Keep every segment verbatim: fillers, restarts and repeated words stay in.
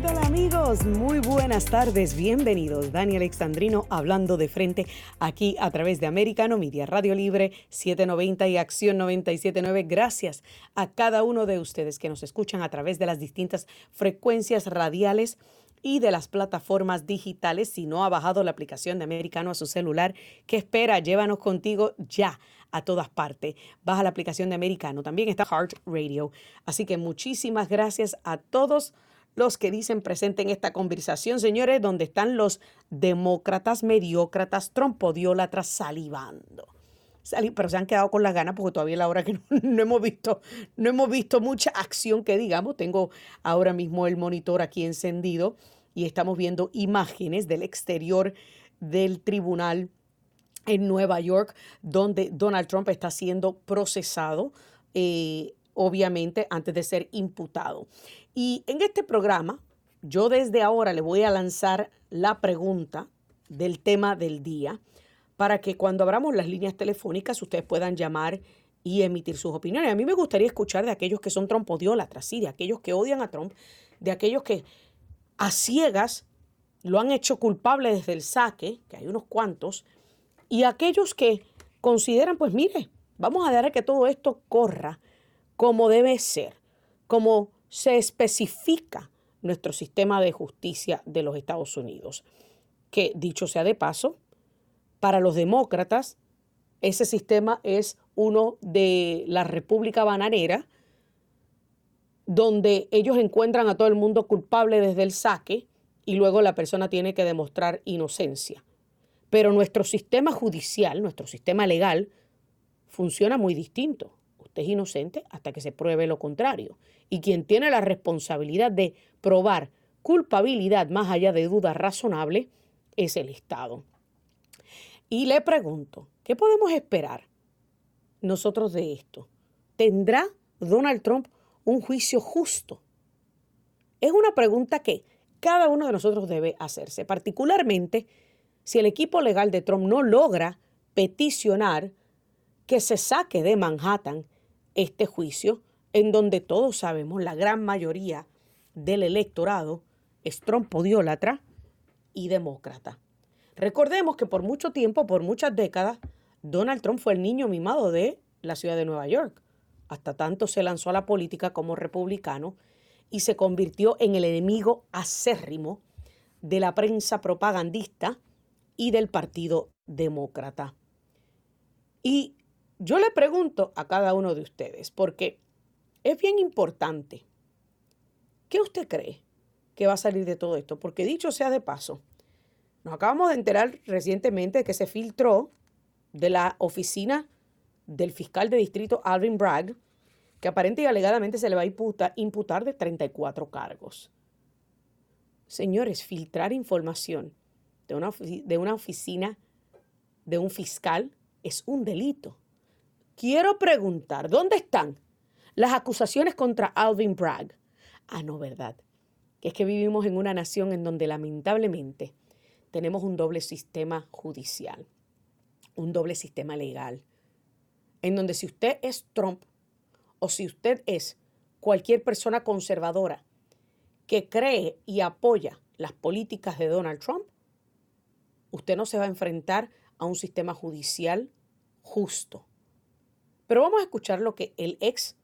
tal, amigos? Muy buenas tardes, bienvenidos. Dani Alexandrino hablando de frente aquí a través de Americano Media, Radio Libre setecientos noventa y Acción noventa y siete punto nueve. Gracias a cada uno de ustedes que nos escuchan a través de las distintas frecuencias radiales y de las plataformas digitales. Si no ha bajado la aplicación de Americano a su celular, ¿qué espera? Llévanos contigo ya a todas partes. Baja la aplicación de Americano. También está Heart Radio. Así que muchísimas gracias a todos los que dicen presente en esta conversación, señores, donde están los demócratas, mediócratas, trompodiólatras salivando. Salí, pero se han quedado con las ganas porque todavía es la hora que no, no hemos visto, no hemos visto mucha acción que digamos. Tengo ahora mismo el monitor aquí encendido y estamos viendo imágenes del exterior del tribunal en Nueva York, donde Donald Trump está siendo procesado, eh, obviamente, antes de ser imputado. Y en este programa, yo desde ahora le voy a lanzar la pregunta del tema del día para que cuando abramos las líneas telefónicas ustedes puedan llamar y emitir sus opiniones. A mí me gustaría escuchar de aquellos que son trompodiólatras, sí, de aquellos que odian a Trump, de aquellos que a ciegas lo han hecho culpable desde el saque, que hay unos cuantos, y aquellos que consideran, pues mire, vamos a dejar que todo esto corra como debe ser, como se especifica nuestro sistema de justicia de los Estados Unidos. Que, dicho sea de paso, para los demócratas, ese sistema es uno de la República Bananera, donde ellos encuentran a todo el mundo culpable desde el saque y luego la persona tiene que demostrar inocencia. Pero nuestro sistema judicial, nuestro sistema legal, funciona muy distinto. Usted es inocente hasta que se pruebe lo contrario. Y quien tiene la responsabilidad de probar culpabilidad más allá de duda razonable es el Estado. Y le pregunto, ¿qué podemos esperar nosotros de esto? ¿Tendrá Donald Trump un juicio justo? Es una pregunta que cada uno de nosotros debe hacerse, particularmente si el equipo legal de Trump no logra peticionar que se saque de Manhattan este juicio, en donde todos sabemos, la gran mayoría del electorado es trompodiólatra y demócrata. Recordemos que por mucho tiempo, por muchas décadas, Donald Trump fue el niño mimado de la ciudad de Nueva York. Hasta tanto se lanzó a la política como republicano y se convirtió en el enemigo acérrimo de la prensa propagandista y del Partido Demócrata. Y yo le pregunto a cada uno de ustedes, porque es bien importante, ¿qué usted cree que va a salir de todo esto? Porque dicho sea de paso, nos acabamos de enterar recientemente de que se filtró de la oficina del fiscal de distrito Alvin Bragg, que aparente y alegadamente se le va a imputar, imputar de treinta y cuatro cargos. Señores, filtrar información de una, de una oficina de un fiscal es un delito. Quiero preguntar, ¿dónde están las acusaciones contra Alvin Bragg? Ah, no, ¿verdad? Que es que vivimos en una nación en donde lamentablemente tenemos un doble sistema judicial, un doble sistema legal, en donde si usted es Trump o si usted es cualquier persona conservadora que cree y apoya las políticas de Donald Trump, usted no se va a enfrentar a un sistema judicial justo. Pero vamos a escuchar lo que el ex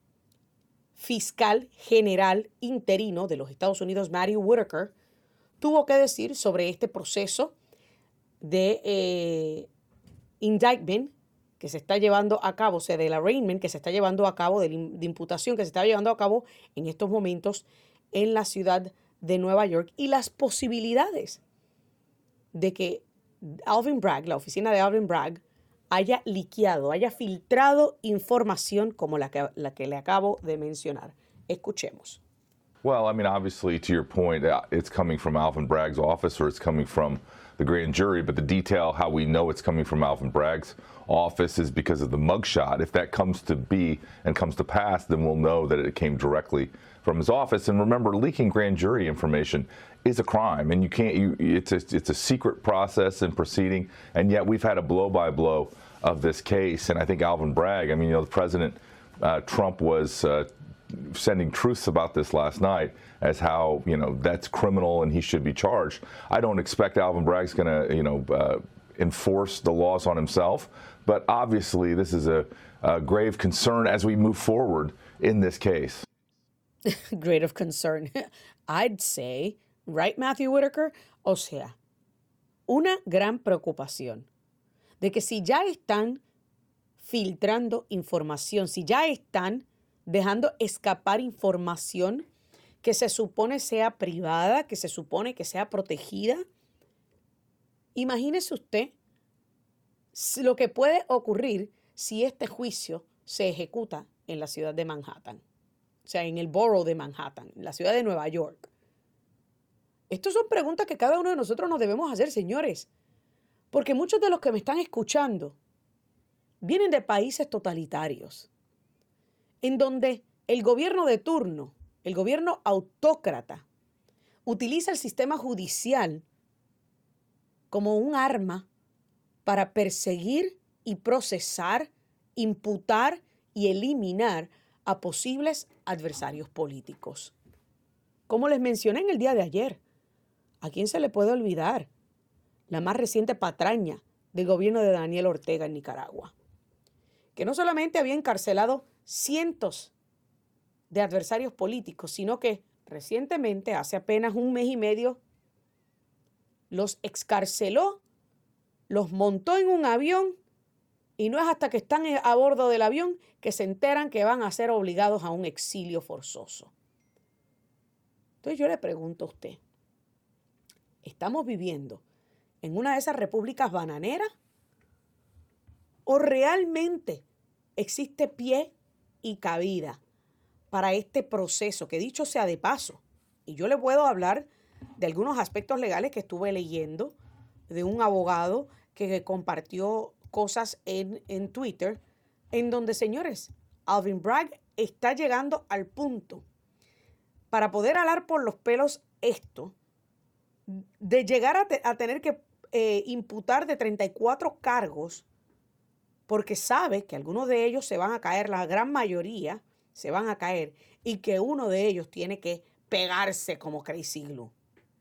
fiscal general interino de los Estados Unidos, Matthew Whitaker, tuvo que decir sobre este proceso de eh, indictment que se está llevando a cabo, o sea, del arraignment que se está llevando a cabo, de, de imputación que se está llevando a cabo en estos momentos en la ciudad de Nueva York y las posibilidades de que Alvin Bragg, la oficina de Alvin Bragg, haya liqueado, haya filtrado información como la que, la que le acabo de mencionar. Escuchemos. Well, I mean, obviously, to your point, uh, it's coming from Alvin Bragg's office or it's coming from the grand jury, but the detail, how we know it's coming from Alvin Bragg's office is because of the mugshot. If that comes to be and comes to pass, then we'll know that it came directly from his office. And remember, leaking grand jury information is a crime, and you can't, you, it's, a, it's a secret process and proceeding, and yet we've had a blow-by-blow of this case. And I think Alvin Bragg, I mean, you know, the President uh, Trump was uh, sending truths about this last night as how, you know, that's criminal and he should be charged. I don't expect Alvin Bragg's going to, you know, uh, enforce the laws on himself, but obviously this is a, a grave concern as we move forward in this case. Grave of concern. I'd say, right, Matthew Whitaker? O sea, una gran preocupación de que si ya están filtrando información, si ya están dejando escapar información que se supone sea privada, que se supone que sea protegida, imagínese usted lo que puede ocurrir si este juicio se ejecuta en la ciudad de Manhattan, o sea, en el borough de Manhattan, en la ciudad de Nueva York. Estas son preguntas que cada uno de nosotros nos debemos hacer, señores, porque muchos de los que me están escuchando vienen de países totalitarios, en donde el gobierno de turno, el gobierno autócrata, utiliza el sistema judicial como un arma para perseguir y procesar, imputar y eliminar a posibles adversarios políticos. Como les mencioné en el día de ayer, ¿a quién se le puede olvidar la más reciente patraña del gobierno de Daniel Ortega en Nicaragua? Que no solamente había encarcelado cientos de adversarios políticos, sino que recientemente, hace apenas un mes y medio, los excarceló, los montó en un avión y no es hasta que están a bordo del avión que se enteran que van a ser obligados a un exilio forzoso. Entonces yo le pregunto a usted, ¿estamos viviendo en una de esas repúblicas bananeras? ¿O realmente existe pie y cabida para este proceso? Que dicho sea de paso, y yo le puedo hablar de algunos aspectos legales que estuve leyendo, de un abogado que compartió cosas en, en Twitter, en donde, señores, Alvin Bragg está llegando al punto para poder alar por los pelos esto, de llegar a, te, a tener que eh, imputar de treinta y cuatro cargos, porque sabe que algunos de ellos se van a caer, la gran mayoría se van a caer, y que uno de ellos tiene que pegarse como Crazy Glue.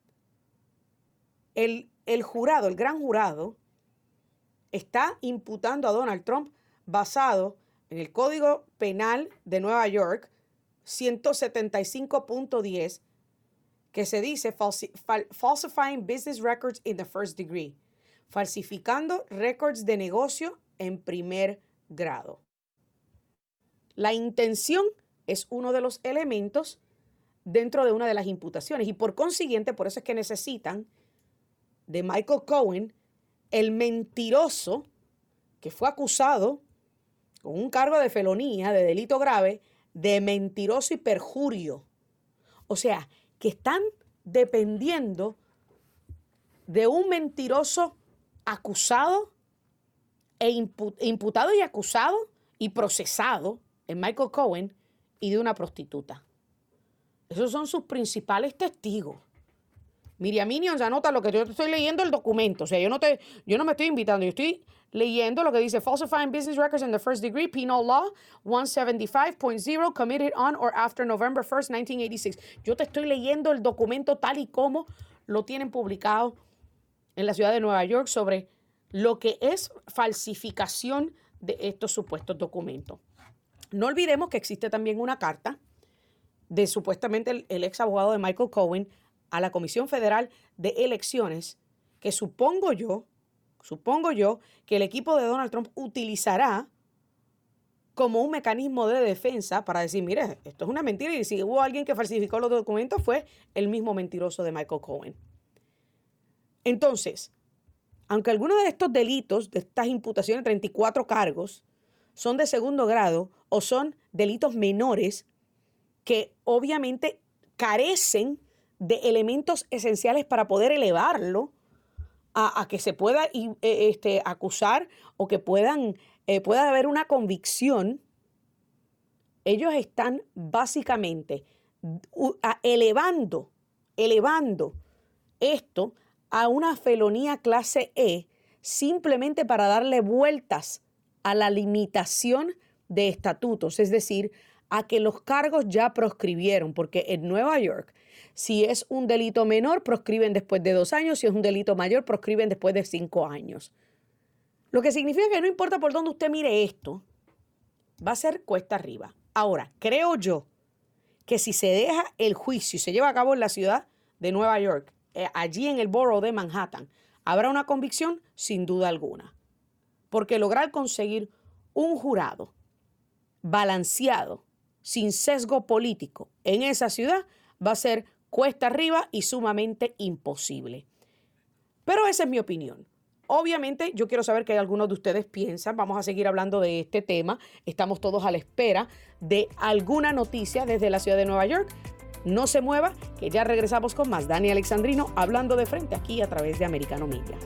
El, el jurado, el gran jurado, está imputando a Donald Trump basado en el Código Penal de Nueva York, ciento setenta y cinco punto diez, que se dice falsi- fal- falsifying business records in the first degree, falsificando récords de negocio en primer grado. La intención es uno de los elementos dentro de una de las imputaciones y por consiguiente, por eso es que necesitan de Michael Cohen, el mentiroso que fue acusado con un cargo de felonía, de delito grave, de mentiroso y perjurio. O sea, que están dependiendo de un mentiroso acusado e imputado y acusado y procesado en Michael Cohen y de una prostituta. Esos son sus principales testigos. Miriam Minions, anota lo que yo estoy leyendo el documento. O sea, yo no, te, yo no me estoy invitando, yo estoy leyendo lo que dice falsifying business records in the first degree, penal law one seventy-five point zero, committed on or after November first, nineteen eighty-six. Yo te estoy leyendo el documento tal y como lo tienen publicado en la ciudad de Nueva York sobre lo que es falsificación de estos supuestos documentos. No olvidemos que existe también una carta de supuestamente el, el ex abogado de Michael Cohen a la Comisión Federal de Elecciones, que supongo yo, supongo yo que el equipo de Donald Trump utilizará como un mecanismo de defensa para decir, mire, esto es una mentira y si hubo alguien que falsificó los documentos fue el mismo mentiroso de Michael Cohen. Entonces, aunque algunos de estos delitos, de estas imputaciones, treinta y cuatro cargos, son de segundo grado o son delitos menores que obviamente carecen de elementos esenciales para poder elevarlo a, a que se pueda eh, este, acusar o que puedan, eh, pueda haber una convicción, ellos están básicamente uh, a, elevando, elevando esto a una felonía clase E simplemente para darle vueltas a la limitación de estatutos, es decir, a que los cargos ya proscribieron, porque en Nueva York, si es un delito menor, proscriben después de dos años, si es un delito mayor, proscriben después de cinco años. Lo que significa que no importa por dónde usted mire esto, va a ser cuesta arriba. Ahora, creo yo que si se deja el juicio y se lleva a cabo en la ciudad de Nueva York, eh, allí en el borough de Manhattan, ¿habrá una convicción? Sin duda alguna. Porque lograr conseguir un jurado balanceado, sin sesgo político, en esa ciudad va a ser cuesta arriba y sumamente imposible. Pero esa es mi opinión. Obviamente, yo quiero saber qué algunos de ustedes piensan. Vamos a seguir hablando de este tema. Estamos todos a la espera de alguna noticia desde la ciudad de Nueva York. No se mueva, que ya regresamos con más. Dani Alexandrino hablando de frente aquí a través de Americano Media.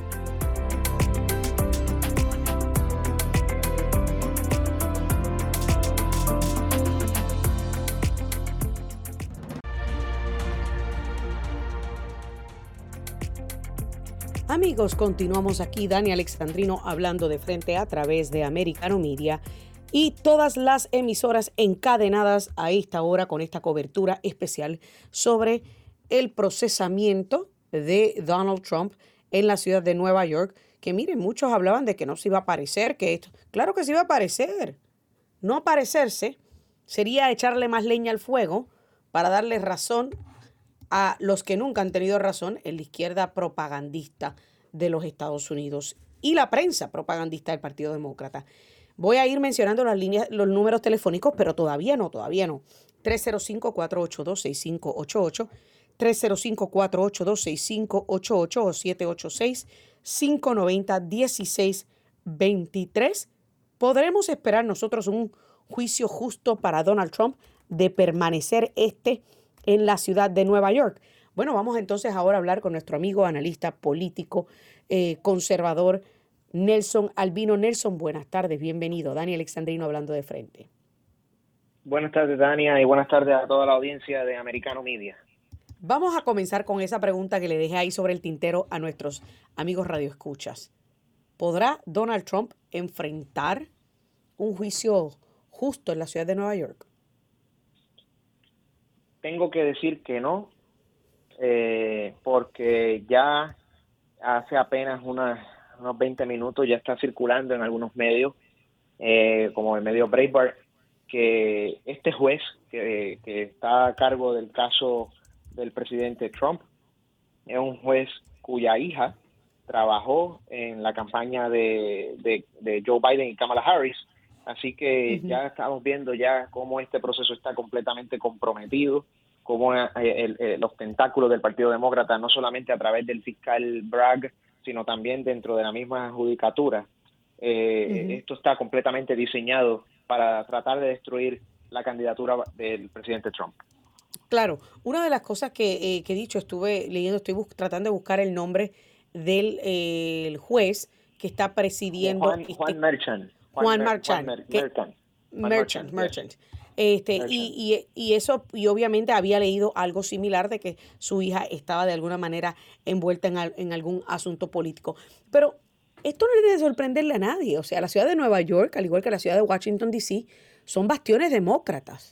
Amigos, continuamos aquí, Dani Alexandrino hablando de frente a través de Americano Media y todas las emisoras encadenadas a esta hora con esta cobertura especial sobre el procesamiento de Donald Trump en la ciudad de Nueva York, que miren, muchos hablaban de que no se iba a aparecer, que esto, claro que se iba a aparecer. No aparecerse sería echarle más leña al fuego para darle razón a los que nunca han tenido razón en la izquierda propagandista de los Estados Unidos y la prensa propagandista del Partido Demócrata. Voy a ir mencionando las líneas, los números telefónicos, pero todavía no, todavía no. tres cero cinco, cuatro ocho dos, seis cinco ocho ocho, tres cero cinco, cuatro ocho dos, seis cinco ocho ocho o siete ocho seis, cinco nueve cero, uno seis dos tres. ¿Podremos esperar nosotros un juicio justo para Donald Trump de permanecer este en la ciudad de Nueva York? Bueno, vamos entonces ahora a hablar con nuestro amigo analista político, eh, conservador, Nelson Albino. Nelson, buenas tardes, bienvenido. Dani Alexandrino hablando de frente. Buenas tardes, Dania, y buenas tardes a toda la audiencia de Americano Media. Vamos a comenzar con esa pregunta que le dejé ahí sobre el tintero a nuestros amigos radioescuchas. ¿Podrá Donald Trump enfrentar un juicio justo en la ciudad de Nueva York? Tengo que decir que no, eh, porque ya hace apenas unas, unos veinte minutos ya está circulando en algunos medios, eh, como el medio Breitbart, que este juez que, que está a cargo del caso del presidente Trump es un juez cuya hija trabajó en la campaña de, de, de Joe Biden y Kamala Harris. Así que uh-huh. ya estamos viendo ya cómo este proceso está completamente comprometido, cómo el, el, el, los tentáculos del Partido Demócrata, no solamente a través del fiscal Bragg, sino también dentro de la misma judicatura. Eh, uh-huh. Esto está completamente diseñado para tratar de destruir la candidatura del presidente Trump. Claro, una de las cosas que, eh, que he dicho, estuve leyendo, estoy bus- tratando de buscar el nombre del eh, el juez que está presidiendo... Juan, este, Juan Merchan. Juan Merchan. Juan Mer- que, Merchan. Merchant, Merchant. Este, y, y, y eso, y obviamente había leído algo similar de que su hija estaba de alguna manera envuelta en, al, en algún asunto político. Pero esto no debe sorprenderle a nadie. O sea, la ciudad de Nueva York, al igual que la ciudad de Washington, D C, son bastiones demócratas.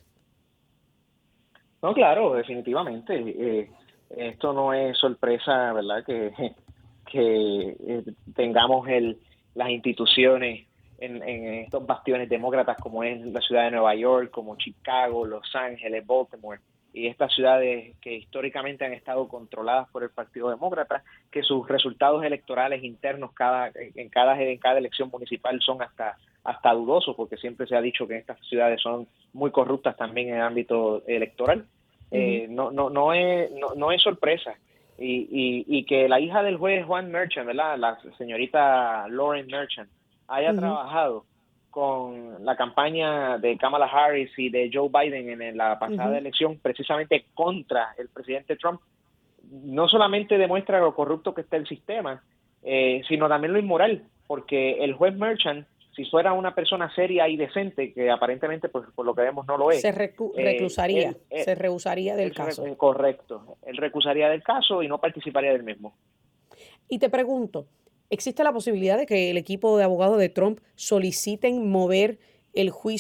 No, claro, definitivamente. Eh, esto no es sorpresa, ¿verdad? Que, que eh, tengamos el, las instituciones En, en estos bastiones demócratas como es la ciudad de Nueva York, como Chicago, Los Ángeles, Baltimore, y estas ciudades que históricamente han estado controladas por el Partido Demócrata, que sus resultados electorales internos cada en cada en cada elección municipal son hasta hasta dudosos, porque siempre se ha dicho que estas ciudades son muy corruptas también en el ámbito electoral. Uh-huh. Eh, no no no es no, no es sorpresa. Y, y, y que la hija del juez Juan Merchant, ¿verdad? La señorita Lauren Merchant, haya uh-huh. trabajado con la campaña de Kamala Harris y de Joe Biden en la pasada uh-huh. elección precisamente contra el presidente Trump, no solamente demuestra lo corrupto que está el sistema, eh, sino también lo inmoral, porque el juez Merchant, si fuera una persona seria y decente, que aparentemente pues, por lo que vemos no lo es, se recu- recusaría, eh, él, se rehusaría del él, caso. Él, correcto, él recusaría del caso y no participaría del mismo. Y te pregunto, ¿existe la posibilidad de que el equipo de abogados de Trump soliciten mover el juicio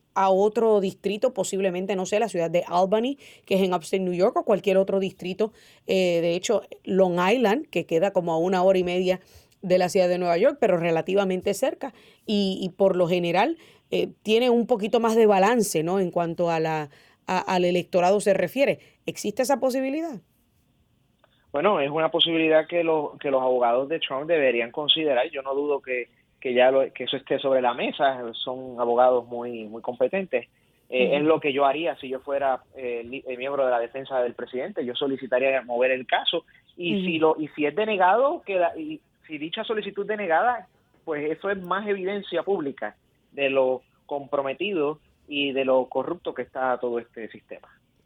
a otro distrito, posiblemente, no sé, la ciudad de Albany, que es en Upstate New York, o cualquier otro distrito. Eh, de hecho, Long Island, que queda como a una hora y media de la ciudad de Nueva York, pero relativamente cerca. Y, y por lo general eh, tiene un poquito más de balance, ¿no? En cuanto a la, a- al electorado se refiere. ¿Existe esa posibilidad? Bueno, es una posibilidad que, los que los abogados de Trump deberían considerar. Yo no dudo que, que ya lo, que eso esté sobre la mesa. Son abogados muy muy competentes. Eh, Ujú. Es lo que yo haría si yo fuera eh, li- eh, miembro de la defensa del presidente. Yo solicitaría mover el caso y si Ujú. lo y si es denegado, queda y si dicha solicitud denegada, pues eso es más evidencia pública de lo comprometido y de lo corrupto que está todo este sistema.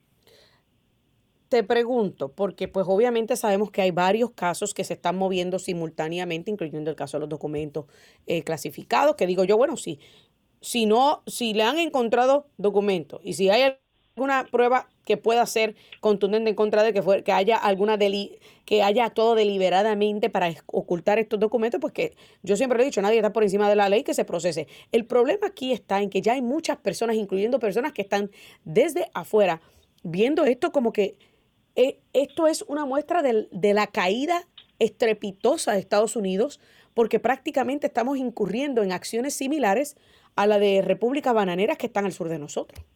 Te pregunto, porque pues obviamente sabemos que hay varios casos que se están moviendo simultáneamente, incluyendo el caso de los documentos eh, clasificados, que digo yo, bueno, sí, si no, si le han encontrado documentos y si hay alguna prueba que pueda ser contundente en contra de que fue, que haya alguna deli, que haya actuado deliberadamente para es- ocultar estos documentos, pues que yo siempre lo he dicho, nadie está por encima de la ley, que se procese. El problema aquí está en que ya hay muchas personas, incluyendo personas que están desde afuera, viendo esto como que eh, esto es una muestra del- de la caída estrepitosa de Estados Unidos, porque prácticamente estamos incurriendo en acciones similares a la de repúblicas bananeras que están al sur de nosotros.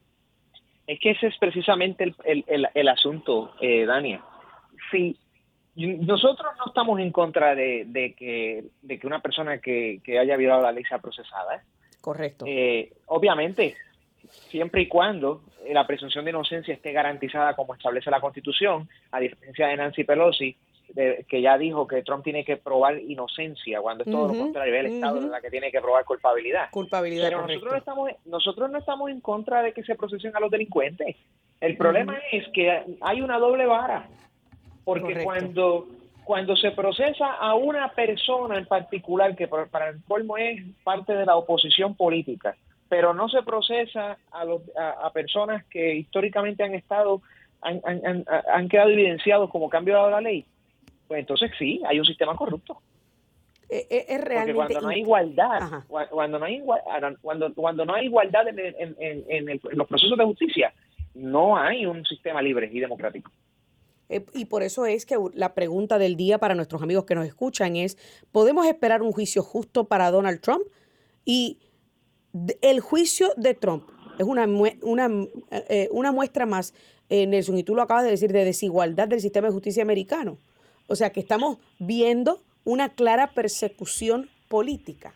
Es que ese es precisamente el, el, el, el asunto, eh, Dania. Si nosotros no estamos en contra de, de, que, de que una persona que, que haya violado la ley sea procesada, Correcto. eh, obviamente, siempre y cuando eh, la presunción de inocencia esté garantizada como establece la Constitución, a diferencia de Nancy Pelosi, de, que ya dijo que Trump tiene que probar inocencia, cuando es todo lo Ujú, contrario, es el Estado ujú. la que tiene que probar culpabilidad. Culpabilidad, Pero nosotros no correcto. estamos, nosotros no estamos en contra de que se procesen a los delincuentes. El problema Ujú, es que hay una doble vara, porque correcto. cuando cuando se procesa a una persona en particular, que por- para el colmo es parte de la oposición política, pero no se procesa a, los, a, a personas que históricamente han estado, han, han, han, han quedado evidenciados como que han violado la ley, pues entonces sí, hay un sistema corrupto. E- e- Es, Porque realmente... cuando no hay inc- igualdad, Ajá. cua- cuando no hay igual- cuando, cuando no hay igualdad en, el- en, en, en el- en los procesos de justicia, no hay un sistema libre y democrático. Eh, y por eso es que u- la pregunta del día para nuestros amigos que nos escuchan es, ¿podemos esperar un juicio justo para Donald Trump? Y d- el juicio de Trump es una, mue- una, mm, eh, una muestra más, eh, Nelson, y tú lo acabas de decir, de desigualdad del sistema de justicia americano. O sea, que estamos viendo una clara persecución política.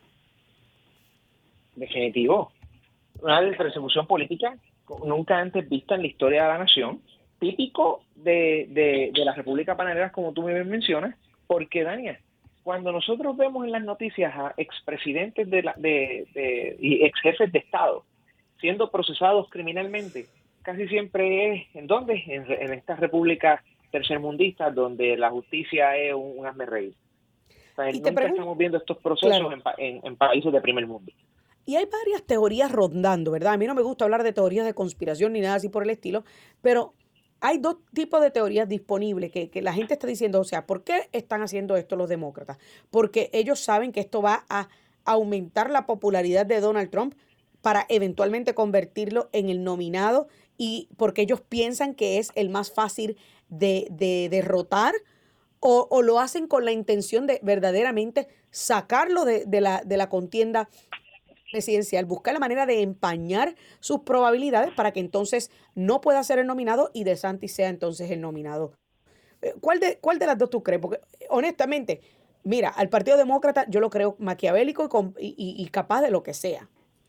Definitivo. Una persecución política nunca antes vista en la historia de la nación, típico de, de, de las repúblicas bananeras, como tú me mencionas, porque, Dania, cuando nosotros vemos en las noticias a expresidentes de la, de, de, y ex jefes de Estado siendo procesados criminalmente, casi siempre es, ¿en dónde? En, en estas repúblicas tercermundistas donde la justicia es un, un hazmerreír. O sea, Y te nunca pregunto, estamos viendo estos procesos claro, en, pa- en, en países de primer mundo. y hay varias teorías rondando, ¿verdad? A mí no me gusta hablar de teorías de conspiración ni nada así por el estilo, pero hay dos tipos de teorías disponibles que, que la gente está diciendo, o sea, ¿por qué están haciendo esto los demócratas? Porque ellos saben que esto va a aumentar la popularidad de Donald Trump para eventualmente convertirlo en el nominado y porque ellos piensan que es el más fácil de, de derrotar o, o lo hacen con la intención de verdaderamente sacarlo de, de la, de la contienda presidencial, buscar la manera de empañar sus probabilidades para que entonces no pueda ser el nominado y DeSantis sea entonces el nominado. Eh, ¿Cuál de, cuál de las dos tú crees? Porque honestamente, mira, al Partido Demócrata yo lo creo maquiavélico y, con- y- y- y capaz de lo que sea.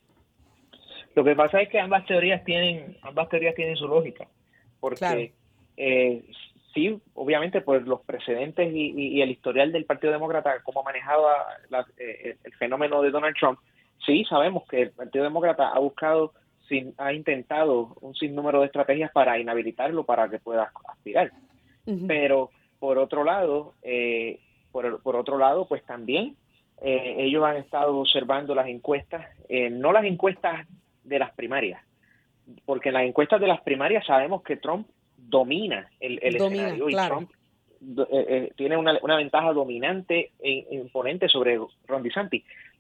Lo que pasa es que ambas teorías tienen, ambas teorías tienen su lógica, Claro. porque eh, sí, obviamente, por los precedentes y, y- y el historial del Partido Demócrata, cómo manejaba la- eh, el fenómeno de Donald Trump, sí sabemos que el Partido Demócrata ha buscado, sin, ha intentado un sinnúmero de estrategias para inhabilitarlo para que pueda aspirar. Ujú. Pero por otro lado, eh, por, por otro lado, pues también eh, ellos han estado observando las encuestas, eh, no las encuestas de las primarias, porque en las encuestas de las primarias sabemos que Trump domina el, el Domina, escenario y claro. Trump eh, eh, tiene una, una ventaja dominante e imponente sobre Ron DeSantis.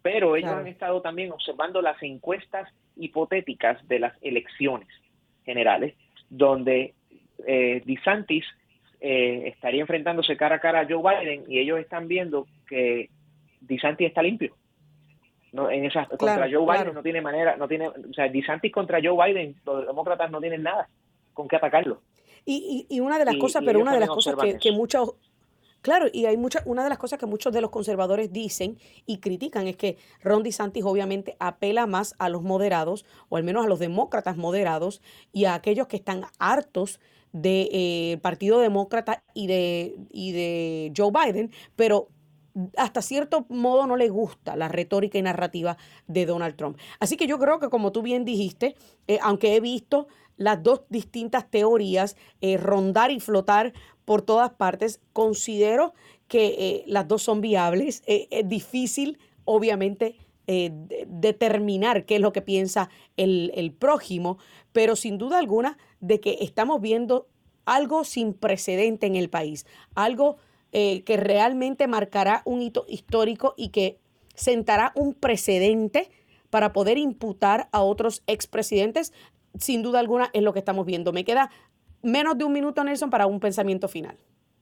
pero ellos Claro. han estado también observando las encuestas hipotéticas de las elecciones generales, donde eh, DeSantis eh, estaría enfrentándose cara a cara a Joe Biden, y ellos están viendo que DeSantis está limpio. No, en esas, Claro, contra Joe Biden claro. no tiene manera, no tiene, o sea, DeSantis contra Joe Biden, los demócratas no tienen nada con qué atacarlo. Y, y, y una de las Y, cosas, y pero ellos una de también las cosas observan que, que eso. muchos, claro, y hay muchas, una de las cosas que muchos de los conservadores dicen y critican es que Ron DeSantis obviamente apela más a los moderados, o al menos a los demócratas moderados, y a aquellos que están hartos del eh, Partido Demócrata y de, y de Joe Biden, pero hasta cierto modo no le gusta la retórica y narrativa de Donald Trump. Así que yo creo que, como tú bien dijiste, eh, aunque he visto las dos distintas teorías eh, rondar y flotar por todas partes, considero que eh, las dos son viables. Eh, es difícil, obviamente, eh, de- determinar qué es lo que piensa el, el prójimo, pero sin duda alguna de que estamos viendo algo sin precedente en el país, algo eh, que realmente marcará un hito histórico y que sentará un precedente para poder imputar a otros expresidentes. Sin duda alguna es lo que estamos viendo. Me queda menos de un minuto, Nelson, para un pensamiento final.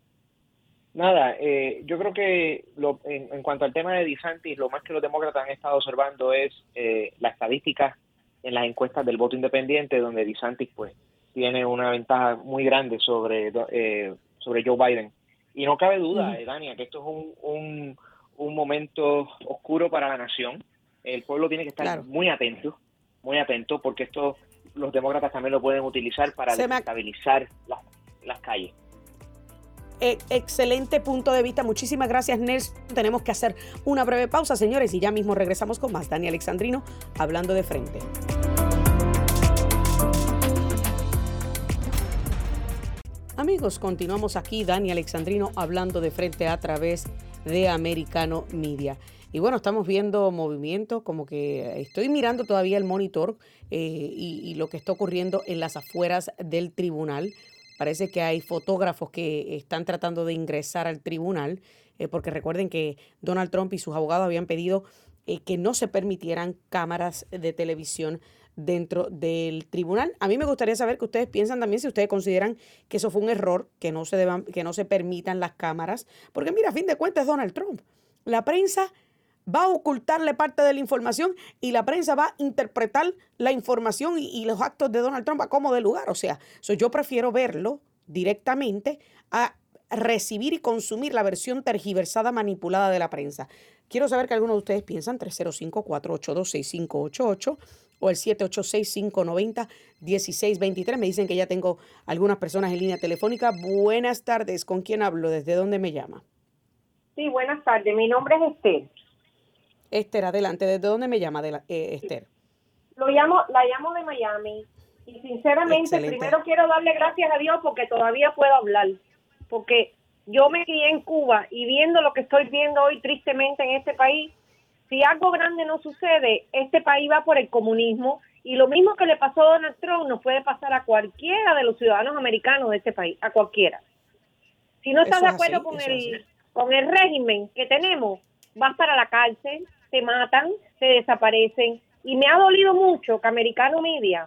Nada, eh, yo creo que lo, en, en cuanto al tema de DeSantis, lo más que los demócratas han estado observando es eh, la estadística en las encuestas del voto independiente, donde DeSantis pues tiene una ventaja muy grande sobre, eh, sobre Joe Biden. Y no cabe duda, Ujú. eh, Dania, que esto es un, un, un momento oscuro para la nación. El pueblo tiene que estar Claro. muy atento, muy atento, porque esto los demócratas también lo pueden utilizar para Se me ha- desestabilizar las, las calles. eh, excelente punto de vista. Muchísimas gracias, Nelson. Tenemos que hacer una breve pausa, señores, y ya mismo regresamos con más. Dani Alexandrino, hablando de frente. Amigos, continuamos aquí, Dani Alexandrino, hablando de frente a través de Americano Media. Y bueno, estamos viendo movimientos, como que estoy mirando todavía el monitor eh, y, y lo que está ocurriendo en las afueras del tribunal. Parece que hay fotógrafos que están tratando de ingresar al tribunal, eh, porque recuerden que Donald Trump y sus abogados habían pedido eh, que no se permitieran cámaras de televisión dentro del tribunal. A mí me gustaría saber qué ustedes piensan también, si ustedes consideran que eso fue un error, que no se deban, que no se permitan las cámaras, porque mira, a fin de cuentas es Donald Trump. La prensa va a ocultarle parte de la información y la prensa va a interpretar la información y, y los actos de Donald Trump a como de lugar. O sea, so yo prefiero verlo directamente a recibir y consumir la versión tergiversada, manipulada de la prensa. Quiero saber qué algunos de ustedes piensan. Tres cero cinco, cuatro ocho dos, seis cinco ocho ocho o el siete ocho seis, cinco nueve cero, uno seis dos tres. Me dicen que ya tengo algunas personas en línea telefónica. Buenas tardes. ¿Con quién hablo? ¿Desde dónde me llama? Sí, buenas tardes. Mi nombre es Esther. Esther, adelante. ¿Desde dónde me llama, de la, eh, Esther? Lo llamo, la llamo de Miami. Y sinceramente, Excelente. primero quiero darle gracias a Dios porque todavía puedo hablar. Porque yo me crié en Cuba y viendo lo que estoy viendo hoy tristemente en este país, si algo grande no sucede, este país va por el comunismo. Y lo mismo que le pasó a Donald Trump nos puede pasar a cualquiera de los ciudadanos americanos de este país, a cualquiera. Si no estás Eso de es acuerdo así, con eso es el así. con el régimen que tenemos, vas para la cárcel, te matan, te desaparecen. Y me ha dolido mucho que Americano Media,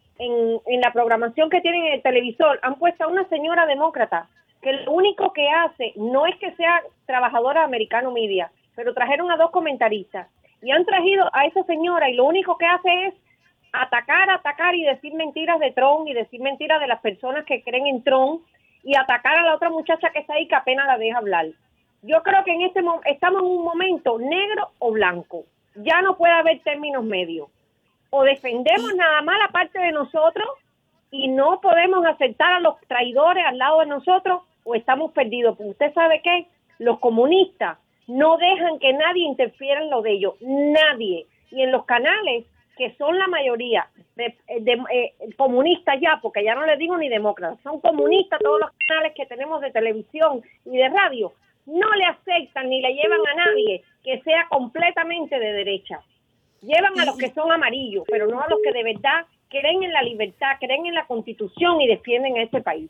en, en la programación que tienen en el televisor, han puesto a una señora demócrata que lo único que hace no es que sea trabajadora de Americano Media, pero trajeron a dos comentaristas y han traído a esa señora y lo único que hace es atacar, atacar y decir mentiras de Trump y decir mentiras de las personas que creen en Trump y atacar a la otra muchacha que está ahí que apenas la deja hablar. Yo creo que en este mo- estamos en un momento negro o blanco. Ya no puede haber términos medios. O defendemos Y nada más la parte de nosotros y no podemos aceptar a los traidores al lado de nosotros, o estamos perdidos. Porque usted sabe qué, los comunistas no dejan que nadie interfiera en lo de ellos, nadie. Y en los canales, que son la mayoría de, de eh, comunistas ya, porque ya no les digo ni demócratas, son comunistas todos los canales que tenemos de televisión y de radio, no le aceptan ni le llevan a nadie que sea completamente de derecha. Llevan a los Y, que son amarillos, pero no a los que de verdad creen en la libertad, creen en la Constitución y defienden a este país.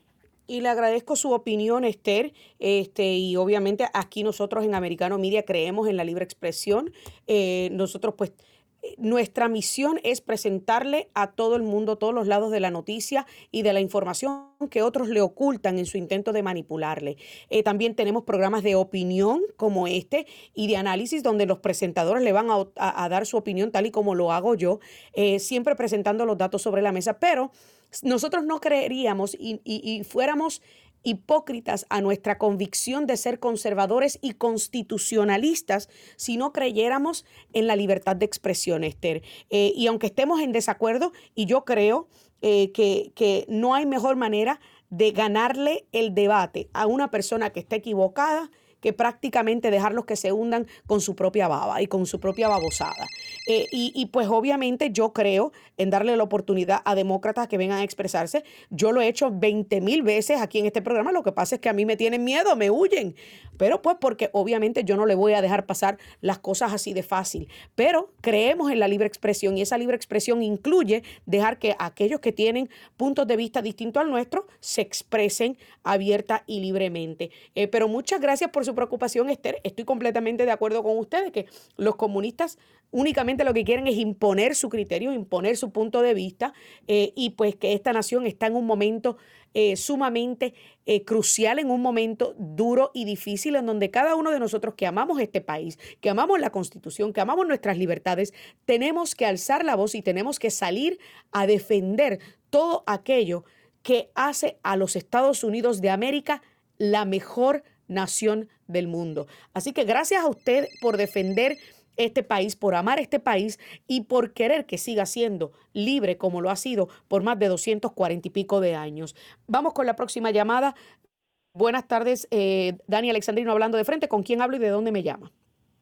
Y le agradezco su opinión, Esther, este, y obviamente aquí nosotros en Americano Media creemos en la libre expresión. Eh, nosotros pues nuestra misión es presentarle a todo el mundo todos los lados de la noticia y de la información que otros le ocultan en su intento de manipularle. Eh, también tenemos programas de opinión como este y de análisis donde los presentadores le van a, a, a dar su opinión tal y como lo hago yo, eh, siempre presentando los datos sobre la mesa, pero nosotros no creeríamos y, y, y fuéramos hipócritas a nuestra convicción de ser conservadores y constitucionalistas si no creyéramos en la libertad de expresión, Esther. Eh, y aunque estemos en desacuerdo, y yo creo eh, que, que no hay mejor manera de ganarle el debate a una persona que está equivocada que prácticamente dejarlos que se hundan con su propia baba y con su propia babosada. Eh, y, y pues obviamente yo creo en darle la oportunidad a demócratas que vengan a expresarse. Yo lo he hecho veinte mil veces aquí en este programa. Lo que pasa es que a mí me tienen miedo, me huyen. Pero pues porque obviamente yo no le voy a dejar pasar las cosas así de fácil. Pero creemos en la libre expresión y esa libre expresión incluye dejar que aquellos que tienen puntos de vista distintos al nuestro se expresen abierta y libremente. Eh, pero muchas gracias por su preocupación, Esther. Estoy completamente de acuerdo con ustedes que los comunistas únicamente lo que quieren es imponer su criterio, imponer su punto de vista eh, y pues que esta nación está en un momento eh, sumamente eh, crucial, en un momento duro y difícil en donde cada uno de nosotros que amamos este país, que amamos la Constitución, que amamos nuestras libertades, tenemos que alzar la voz y tenemos que salir a defender todo aquello que hace a los Estados Unidos de América la mejor nación del mundo. Así que gracias a usted por defender este país, por amar este país y por querer que siga siendo libre como lo ha sido por más de doscientos cuarenta y pico de años. Vamos con la próxima llamada. Buenas tardes, eh, Dani Alexandrino hablando de frente. ¿Con quién hablo y de dónde me llama?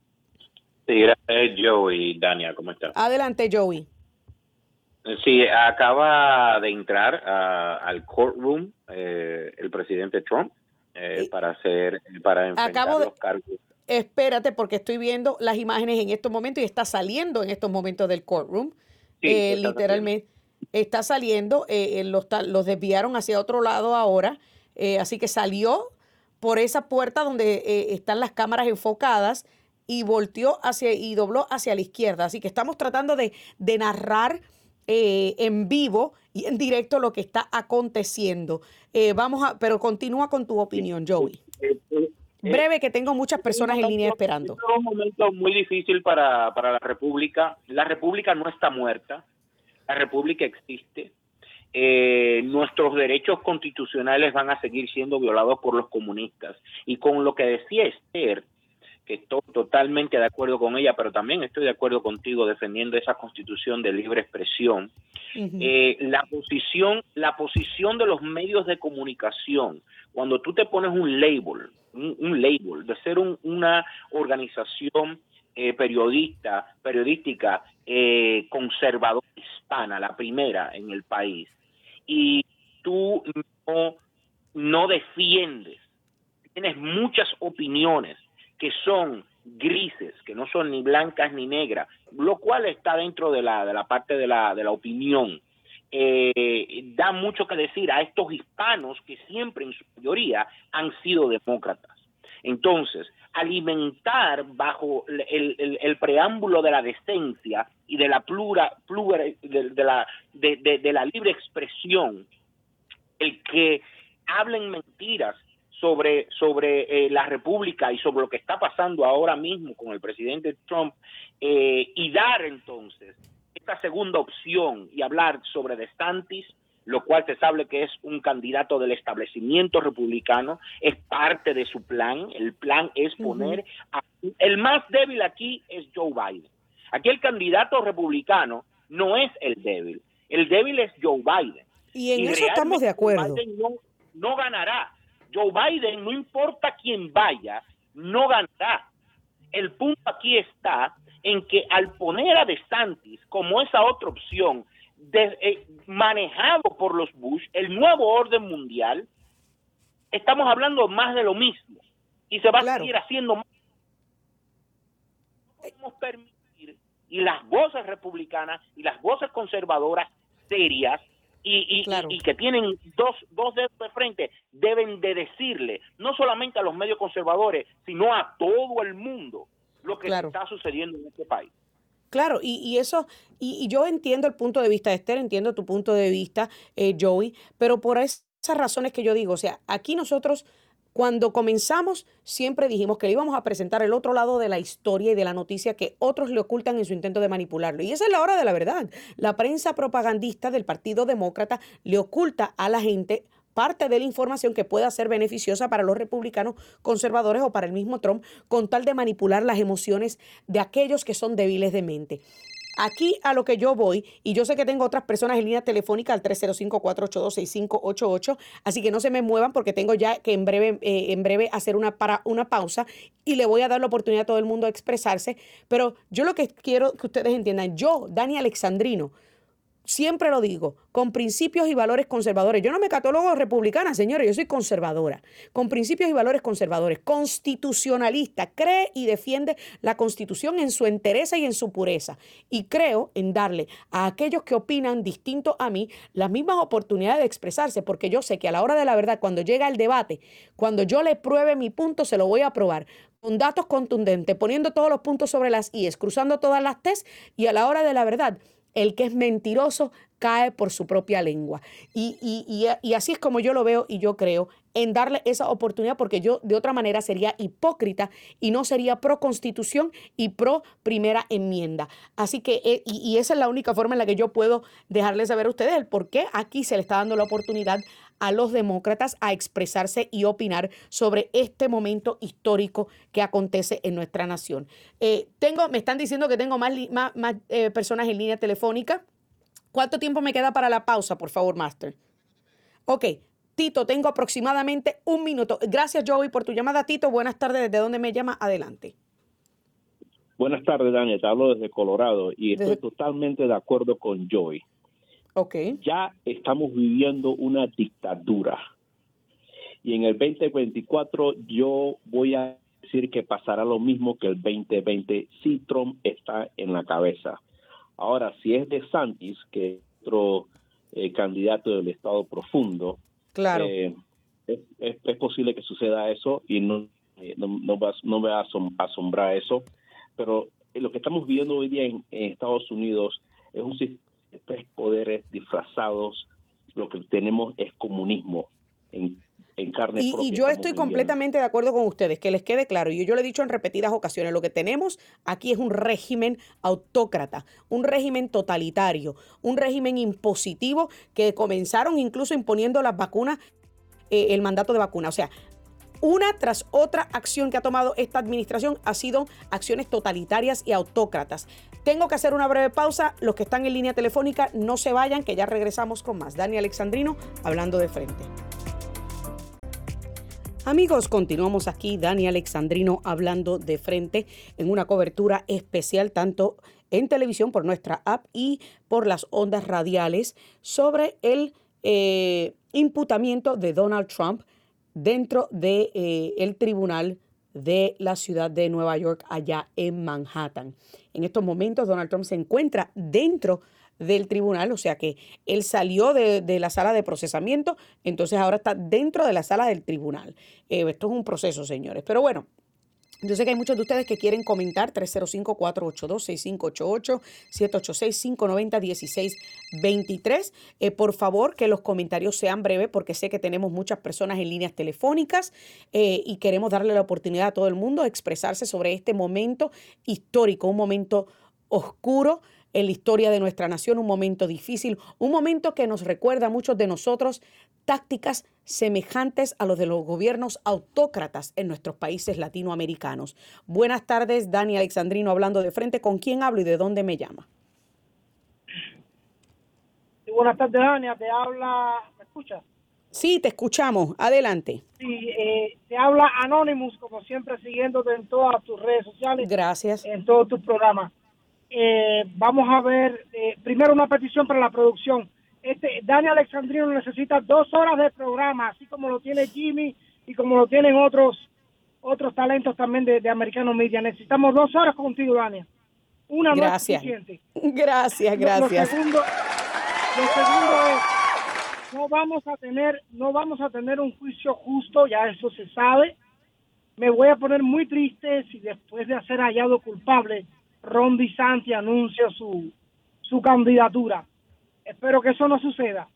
Sí, gracias, Joey. Dania, ¿cómo estás? Adelante, Joey. Sí, acaba de entrar uh, al courtroom eh, el presidente Trump eh, para hacer, para enfrentar Acabo de... los cargos. Espérate, porque estoy viendo las imágenes en estos momentos y está saliendo en estos momentos del courtroom. Sí, eh, está literalmente saliendo. está saliendo, eh, los, los desviaron hacia otro lado ahora, eh, así que salió por esa puerta donde eh, están las cámaras enfocadas y volteó hacia y dobló hacia la izquierda. Así que estamos tratando de, de narrar eh, en vivo y en directo lo que está aconteciendo. Eh, vamos a, pero continúa con tu opinión, Joey. Eh, eh, Breve, que tengo muchas personas en línea esperando. Es un momento muy difícil para, para la República. La República no está muerta. La República existe. Eh, nuestros derechos constitucionales van a seguir siendo violados por los comunistas. Y con lo que decía Esther, que estoy totalmente de acuerdo con ella, pero también estoy de acuerdo contigo defendiendo esa constitución de libre expresión. Uh-huh. eh, la posición, la posición de los medios de comunicación, cuando tú te pones un label, un, un label de ser un, una organización eh, periodista, periodística eh, conservadora hispana, la primera en el país, y tú no, no defiendes, tienes muchas opiniones que son grises, que no son ni blancas ni negras, lo cual está dentro de la de la parte de la de la opinión. Eh, da mucho que decir a estos hispanos que siempre en su mayoría han sido demócratas. Entonces, alimentar bajo el, el, el preámbulo de la decencia y de la plura, plura de, de la de, de, de la libre expresión, el que hablen mentiras sobre, sobre eh, la República y sobre lo que está pasando ahora mismo con el presidente Trump, eh, y dar entonces esta segunda opción y hablar sobre DeSantis, lo cual se sabe que es un candidato del establecimiento republicano, es parte de su plan. El plan es poner, uh-huh. a, el más débil aquí es Joe Biden. Aquí el candidato republicano no es el débil, el débil es Joe Biden. Y en y eso estamos de acuerdo. Joe Biden no, no ganará. Joe Biden, no importa quién vaya, no ganará. El punto aquí está en que al poner a DeSantis como esa otra opción, de, eh, manejado por los Bush, el nuevo orden mundial, estamos hablando más de lo mismo y se va claro. a seguir haciendo más. No podemos permitir, y las voces republicanas y las voces conservadoras serias y, y, Claro. y, y que tienen dos, dos dedos de frente, deben de decirle, no solamente a los medios conservadores, sino a todo el mundo, lo que Claro. está sucediendo en este país. Claro, y, y eso, y, y yo entiendo el punto de vista de Esther, entiendo tu punto de vista, eh, Joey, pero por esas razones que yo digo, o sea, aquí nosotros, cuando comenzamos, siempre dijimos que le íbamos a presentar el otro lado de la historia y de la noticia que otros le ocultan en su intento de manipularlo. Y esa es la hora de la verdad. La prensa propagandista del Partido Demócrata le oculta a la gente parte de la información que pueda ser beneficiosa para los republicanos conservadores o para el mismo Trump, con tal de manipular las emociones de aquellos que son débiles de mente. Aquí a lo que yo voy, y yo sé que tengo otras personas en línea telefónica al tres cero cinco, cuatro ocho dos, seis cinco ocho ocho, así que no se me muevan porque tengo ya que en breve, eh, en breve hacer una, para, una pausa y le voy a dar la oportunidad a todo el mundo de expresarse. Pero yo lo que quiero que ustedes entiendan, yo, Dani Alexandrino, siempre lo digo, con principios y valores conservadores. Yo no me catalogo republicana, señores, yo soy conservadora, con principios y valores conservadores, constitucionalista, cree y defiende la Constitución en su entereza y en su pureza. Y creo en darle a aquellos que opinan distinto a mí las mismas oportunidades de expresarse, porque yo sé que a la hora de la verdad, cuando llega el debate, cuando yo le pruebe mi punto, se lo voy a probar con datos contundentes, poniendo todos los puntos sobre las íes, cruzando todas las tes, y a la hora de la verdad, el que es mentiroso cae por su propia lengua. Y, y, y, y así es como yo lo veo y yo creo en darle esa oportunidad, porque yo de otra manera sería hipócrita y no sería pro constitución y pro primera enmienda. Así que, eh, y, y esa es la única forma en la que yo puedo dejarles saber a ustedes el por qué aquí se le está dando la oportunidad a los demócratas a expresarse y opinar sobre este momento histórico que acontece en nuestra nación. Eh, tengo, me están diciendo que tengo más, más, más eh, personas en línea telefónica. ¿Cuánto tiempo me queda para la pausa, por favor, Master? Ok, Tito, tengo aproximadamente un minuto. Gracias, Joey, por tu llamada. Tito, buenas tardes. ¿Desde dónde me llama? Adelante. Buenas tardes, Daniel. Te hablo desde Colorado y estoy Desde... totalmente de acuerdo con Joey. Okay. Ya estamos viviendo una dictadura y en el veinte veinticuatro yo voy a decir que pasará lo mismo que el veinte veinte si Trump está en la cabeza. Ahora, si es DeSantis, que es otro eh, candidato del estado profundo, claro. eh, es, es, es posible que suceda eso y no, eh, no, no, va, no me va a asom- asombrar eso, pero lo que estamos viviendo hoy día en, en Estados Unidos es un sistema de tres poderes disfrazados. Lo que tenemos es comunismo en, en carne y, propia. Y yo estoy viviendo. completamente de acuerdo con ustedes, que les quede claro, y yo lo he dicho en repetidas ocasiones, lo que tenemos aquí es un régimen autócrata, un régimen totalitario, un régimen impositivo que comenzaron incluso imponiendo las vacunas, eh, el mandato de vacuna. O sea, una tras otra acción que ha tomado esta administración ha sido acciones totalitarias y autócratas. Tengo que hacer una breve pausa. Los que están en línea telefónica, no se vayan, que ya regresamos con más. Dani Alexandrino, hablando de frente. Amigos, continuamos aquí, Dani Alexandrino, hablando de frente en una cobertura especial tanto en televisión por nuestra app y por las ondas radiales sobre el eh, imputamiento de Donald Trump dentro del de, eh, tribunal de la ciudad de Nueva York, allá en Manhattan. En estos momentos, Donald Trump se encuentra dentro del tribunal, o sea que él salió de, de la sala de procesamiento, entonces ahora está dentro de la sala del tribunal. Eh, esto es un proceso, señores. Pero bueno, yo sé que hay muchos de ustedes que quieren comentar. Tres cero cinco, cuatro ocho dos, seis cinco ocho ocho, siete ocho seis, cinco nueve cero, uno seis dos tres. Eh, por favor, que los comentarios sean breves porque sé que tenemos muchas personas en líneas telefónicas eh, y queremos darle la oportunidad a todo el mundo de expresarse sobre este momento histórico, un momento oscuro en la historia de nuestra nación, un momento difícil, un momento que nos recuerda a muchos de nosotros tácticas semejantes a los de los gobiernos autócratas en nuestros países latinoamericanos. Buenas tardes, Dani Alexandrino, hablando de frente. ¿Con quién hablo y de dónde me llama? Sí, buenas tardes, Dani. Te habla... ¿Me escuchas? Sí, te escuchamos. Adelante. Sí, eh, te habla Anonymous, como siempre, siguiéndote en todas tus redes sociales. Gracias. En todos tus programas. Eh, vamos a ver, eh, primero una petición para la producción. Este Dani Alexandrino necesita dos horas de programa, así como lo tiene Jimmy y como lo tienen otros otros talentos también de, de Americano Media. Necesitamos dos horas contigo, Dani. Una no es Gracias. suficiente. Gracias, gracias. Lo, lo segundo, lo segundo es, no vamos a tener, no vamos a tener un juicio justo, ya eso se sabe. Me voy a poner muy triste si después de ser hallado culpable, Ron DeSantis anuncia su, su candidatura. Espero que eso no suceda.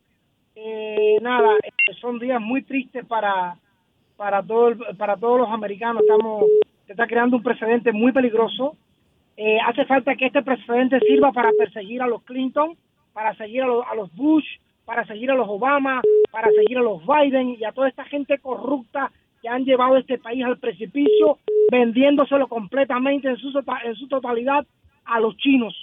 Eh, nada, eh, son días muy tristes para para todo el, para todos los americanos. Estamos se está creando un precedente muy peligroso. Eh, hace falta que este precedente sirva para perseguir a los Clinton, para seguir a los, a los Bush, para seguir a los Obama, para seguir a los Biden y a toda esta gente corrupta que han llevado este país al precipicio, vendiéndoselo completamente en su, en su totalidad a los chinos.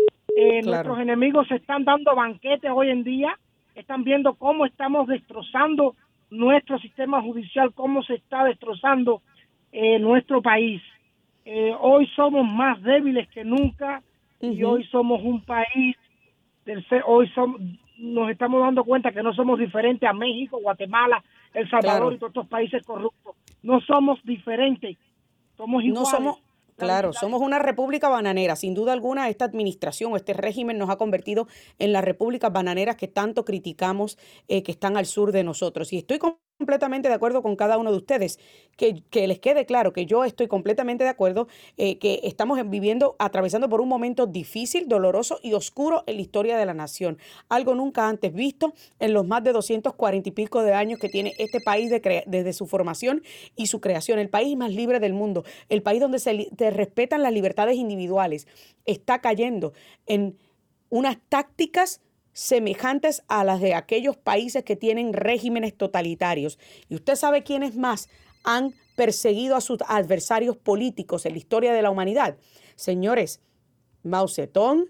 Eh, Claro. Nuestros enemigos se están dando banquetes hoy en día, están viendo cómo estamos destrozando nuestro sistema judicial, cómo se está destrozando eh, nuestro país. Eh, hoy somos más débiles que nunca y Ujú. hoy somos un país, del, hoy somos, nos estamos dando cuenta que no somos diferentes a México, Guatemala, El Salvador Claro. y todos estos países corruptos. No somos diferentes, somos iguales. No somos, La- claro, la- somos una república bananera. Sin duda alguna, esta administración o este régimen nos ha convertido en las repúblicas bananeras que tanto criticamos, eh, que están al sur de nosotros. Y estoy completamente de acuerdo con cada uno de ustedes. Que, que les quede claro que yo estoy completamente de acuerdo eh, que estamos en- viviendo, atravesando por un momento difícil, doloroso y oscuro en la historia de la nación. Algo nunca antes visto en los más de doscientos cuarenta y pico de años que tiene este país de crea- desde su formación y su creación. El país más libre del mundo, el país donde se, li- se respetan las libertades individuales, está cayendo en unas tácticas semejantes a las de aquellos países que tienen regímenes totalitarios. Y usted sabe quiénes más han perseguido a sus adversarios políticos en la historia de la humanidad. Señores, Mao Zedong,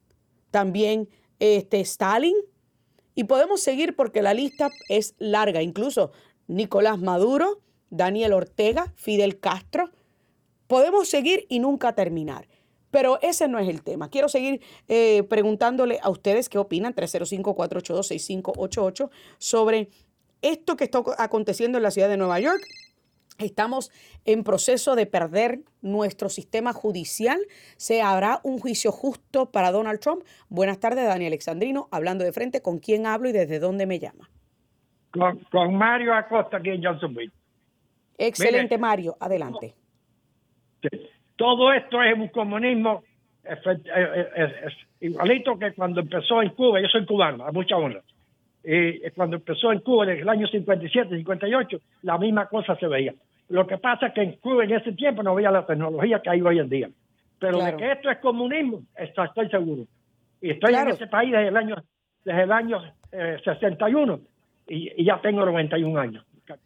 también este, Stalin, y podemos seguir porque la lista es larga. Incluso Nicolás Maduro, Daniel Ortega, Fidel Castro. Podemos seguir y nunca terminar. Pero ese no es el tema. Quiero seguir eh, preguntándole a ustedes qué opinan, tres cero cinco, cuatro ocho dos, seis cinco ocho ocho, sobre esto que está aconteciendo en la ciudad de Nueva York. Estamos en proceso de perder nuestro sistema judicial. ¿Se habrá un juicio justo para Donald Trump? Buenas tardes, Dani Alexandrino, hablando de frente. ¿Con quién hablo y desde dónde me llama? Con, con Mario Acosta aquí en Jacksonville. Excelente, Mire, Mario. Adelante. sí, todo esto es un comunismo efe- eh, eh, es igualito que cuando empezó en Cuba. Yo soy cubano, a mucha honra. Y cuando empezó en Cuba en el año cincuenta y siete, cincuenta y ocho, la misma cosa se veía. Lo que pasa es que en Cuba en ese tiempo no había la tecnología que hay hoy en día. Pero Claro. de que esto es comunismo, está- estoy seguro. Y estoy Claro. en ese país desde el año, desde el año eh, sesenta y uno y, y ya tengo noventa y un años.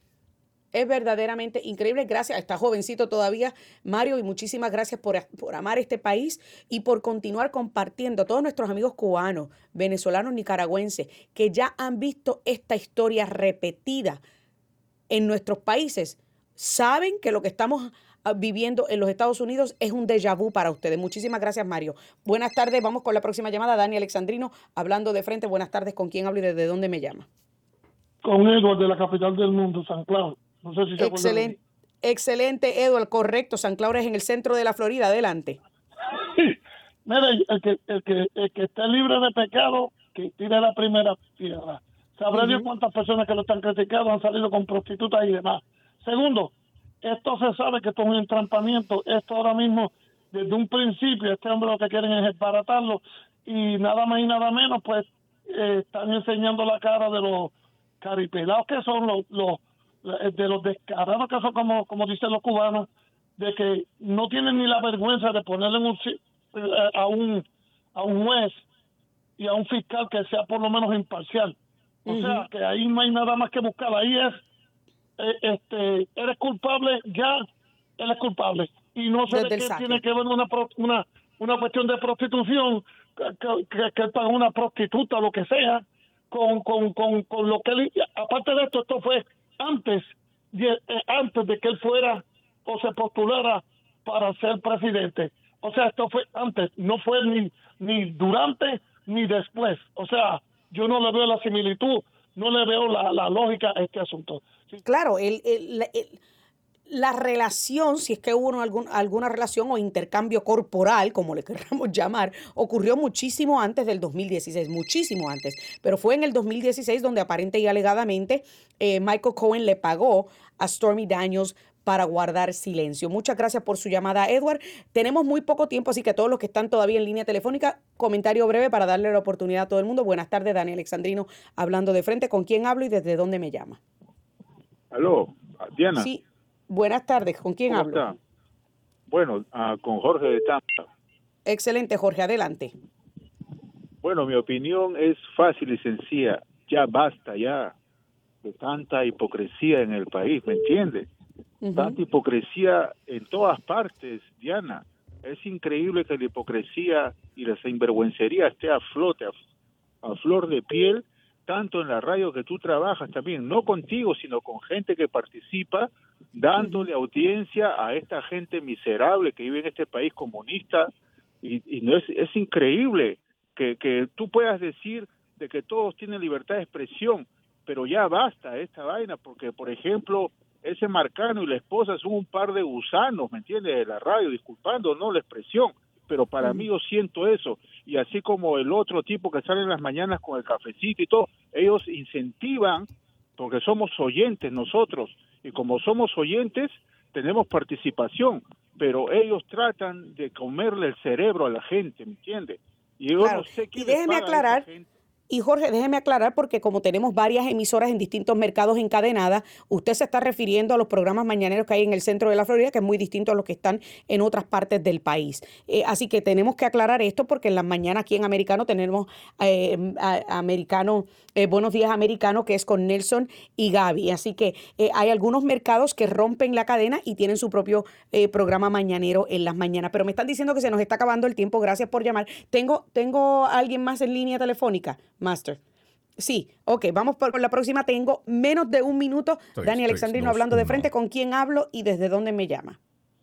Es verdaderamente increíble. Gracias. Está jovencito todavía, Mario, y muchísimas gracias por, por amar este país y por continuar compartiendo a todos nuestros amigos cubanos, venezolanos, nicaragüenses, que ya han visto esta historia repetida en nuestros países. Saben que lo que estamos ah, viviendo en los Estados Unidos es un déjà vu para ustedes. Muchísimas gracias, Mario. Buenas tardes. Vamos con la próxima llamada. Dani Alexandrino, hablando de frente. Buenas tardes. ¿Con quién hablo y desde dónde me llama? Con Edward de la capital del mundo, San Cloud. No sé si se acuerdan de Excelente, excelente, Edward, correcto. San Cloud es en el centro de la Florida. Adelante. mí. Mira, el que, el, que, el que esté libre de pecado, que tire la primera piedra. Sabrá Dios Ujú. cuántas personas que lo están criticando han salido con prostitutas y demás. Segundo, esto se sabe que esto es un entrampamiento. Esto ahora mismo, desde un principio, este hombre lo que quieren es desbaratarlo y nada más y nada menos, pues eh, están enseñando la cara de los caripelados que son los, los de los descarados que son, como, como dicen los cubanos, de que no tienen ni la vergüenza de ponerle en un, si- eh, a un a un juez y a un fiscal que sea por lo menos imparcial. O Ujú. sea, que ahí no hay nada más que buscar. Ahí es, eh, este, eres culpable, ya eres culpable. Y no sé Desde de el qué saque. tiene que ver una pro- una una cuestión de prostitución, que, que, que, que él paga una prostituta o lo que sea, con, con, con, con lo que él... Aparte de esto, esto fue antes de, eh, antes de que él fuera o se postulara para ser presidente. O sea, esto fue antes, no fue ni, ni durante ni después. O sea, yo no le veo la similitud, no le veo la, la lógica a este asunto. Sí. Claro, el, el- la- el- la relación, si es que hubo algún, alguna relación o intercambio corporal, como le queramos llamar, ocurrió muchísimo antes del dos mil dieciséis, muchísimo antes. Pero fue en el dos mil dieciséis donde aparente y alegadamente eh, Michael Cohen le pagó a Stormy Daniels para guardar silencio. Muchas gracias por su llamada, Edward. Tenemos muy poco tiempo, así que todos los que están todavía en línea telefónica, comentario breve para darle la oportunidad a todo el mundo. Buenas tardes, Dani Alexandrino, hablando de frente. ¿Con quién hablo y desde dónde me llama? Aló, Diana. Sí, buenas tardes. ¿Con quién ¿Cómo hablo? está? Bueno, uh, con Jorge de Tampa. Excelente, Jorge, adelante. Bueno, mi opinión es fácil y sencilla. Ya basta ya de tanta hipocresía en el país, ¿me entiendes? Uh-huh. Tanta hipocresía en todas partes, Diana. Es increíble que la hipocresía y la sinvergüencería esté a flote, a, a flor de piel, tanto en la radio que tú trabajas también, no contigo, sino con gente que participa, dándole uh-huh. audiencia a esta gente miserable que vive en este país comunista. Y, y no es, es increíble que, que tú puedas decir de que todos tienen libertad de expresión, pero ya basta esta vaina, porque, por ejemplo, ese Marcano y la esposa son un par de gusanos, ¿me entiendes?, de la radio, disculpando, no la expresión, pero para mm. mí yo siento eso, y así como el otro tipo que sale en las mañanas con el cafecito y todo, ellos incentivan, porque somos oyentes nosotros, y como somos oyentes, tenemos participación, pero ellos tratan de comerle el cerebro a la gente, ¿me entiendes? Y yo claro. no sé qué y déjeme aclarar... Y Jorge, déjeme aclarar, porque como tenemos varias emisoras en distintos mercados encadenadas, usted se está refiriendo a los programas mañaneros que hay en el centro de la Florida, que es muy distinto a los que están en otras partes del país. Eh, así que tenemos que aclarar esto, porque en las mañanas aquí en Americano tenemos eh, a, Americano, eh, Buenos Días Americano, que es con Nelson y Gaby. Así que eh, hay algunos mercados que rompen la cadena y tienen su propio eh, programa mañanero en las mañanas. Pero me están diciendo que se nos está acabando el tiempo. Gracias por llamar. Tengo, tengo a alguien más en línea telefónica. Master. Sí, ok, vamos por la próxima. Tengo menos de un minuto. Estoy, Dani Alexandrino hablando de frente. ¿Con quién hablo y desde dónde me llama?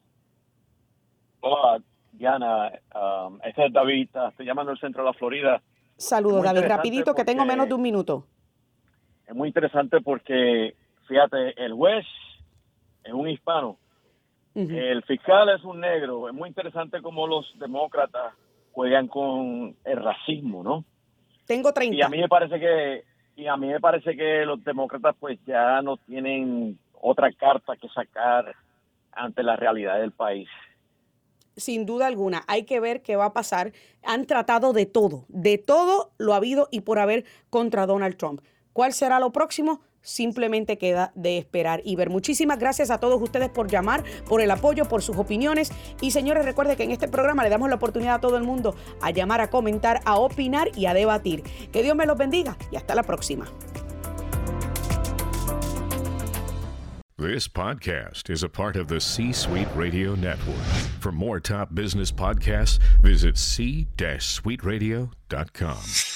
Hola, Diana. Um, este es David. Estoy llamando del centro de la Florida. Saludos, David. Rapidito, que tengo menos de un minuto. Es muy interesante porque, fíjate, el juez es un hispano. Uh-huh. El fiscal es un negro. Es muy interesante cómo los demócratas juegan con el racismo, ¿no? Tengo treinta. Y a mí me parece que y a mí me parece que los demócratas pues ya no tienen otra carta que sacar ante la realidad del país. Sin duda alguna, hay que ver qué va a pasar. Han tratado de todo, de todo lo habido y por haber contra Donald Trump. ¿Cuál será lo próximo? Simplemente queda de esperar y ver. Muchísimas gracias a todos ustedes por llamar, por el apoyo, por sus opiniones. Y señores, recuerden que en este programa le damos la oportunidad a todo el mundo a llamar, a comentar, a opinar y a debatir. Que Dios me los bendiga y hasta la próxima. This podcast is a part of the C-Suite Radio Network. For more top business podcasts, visit c suite radio dot com.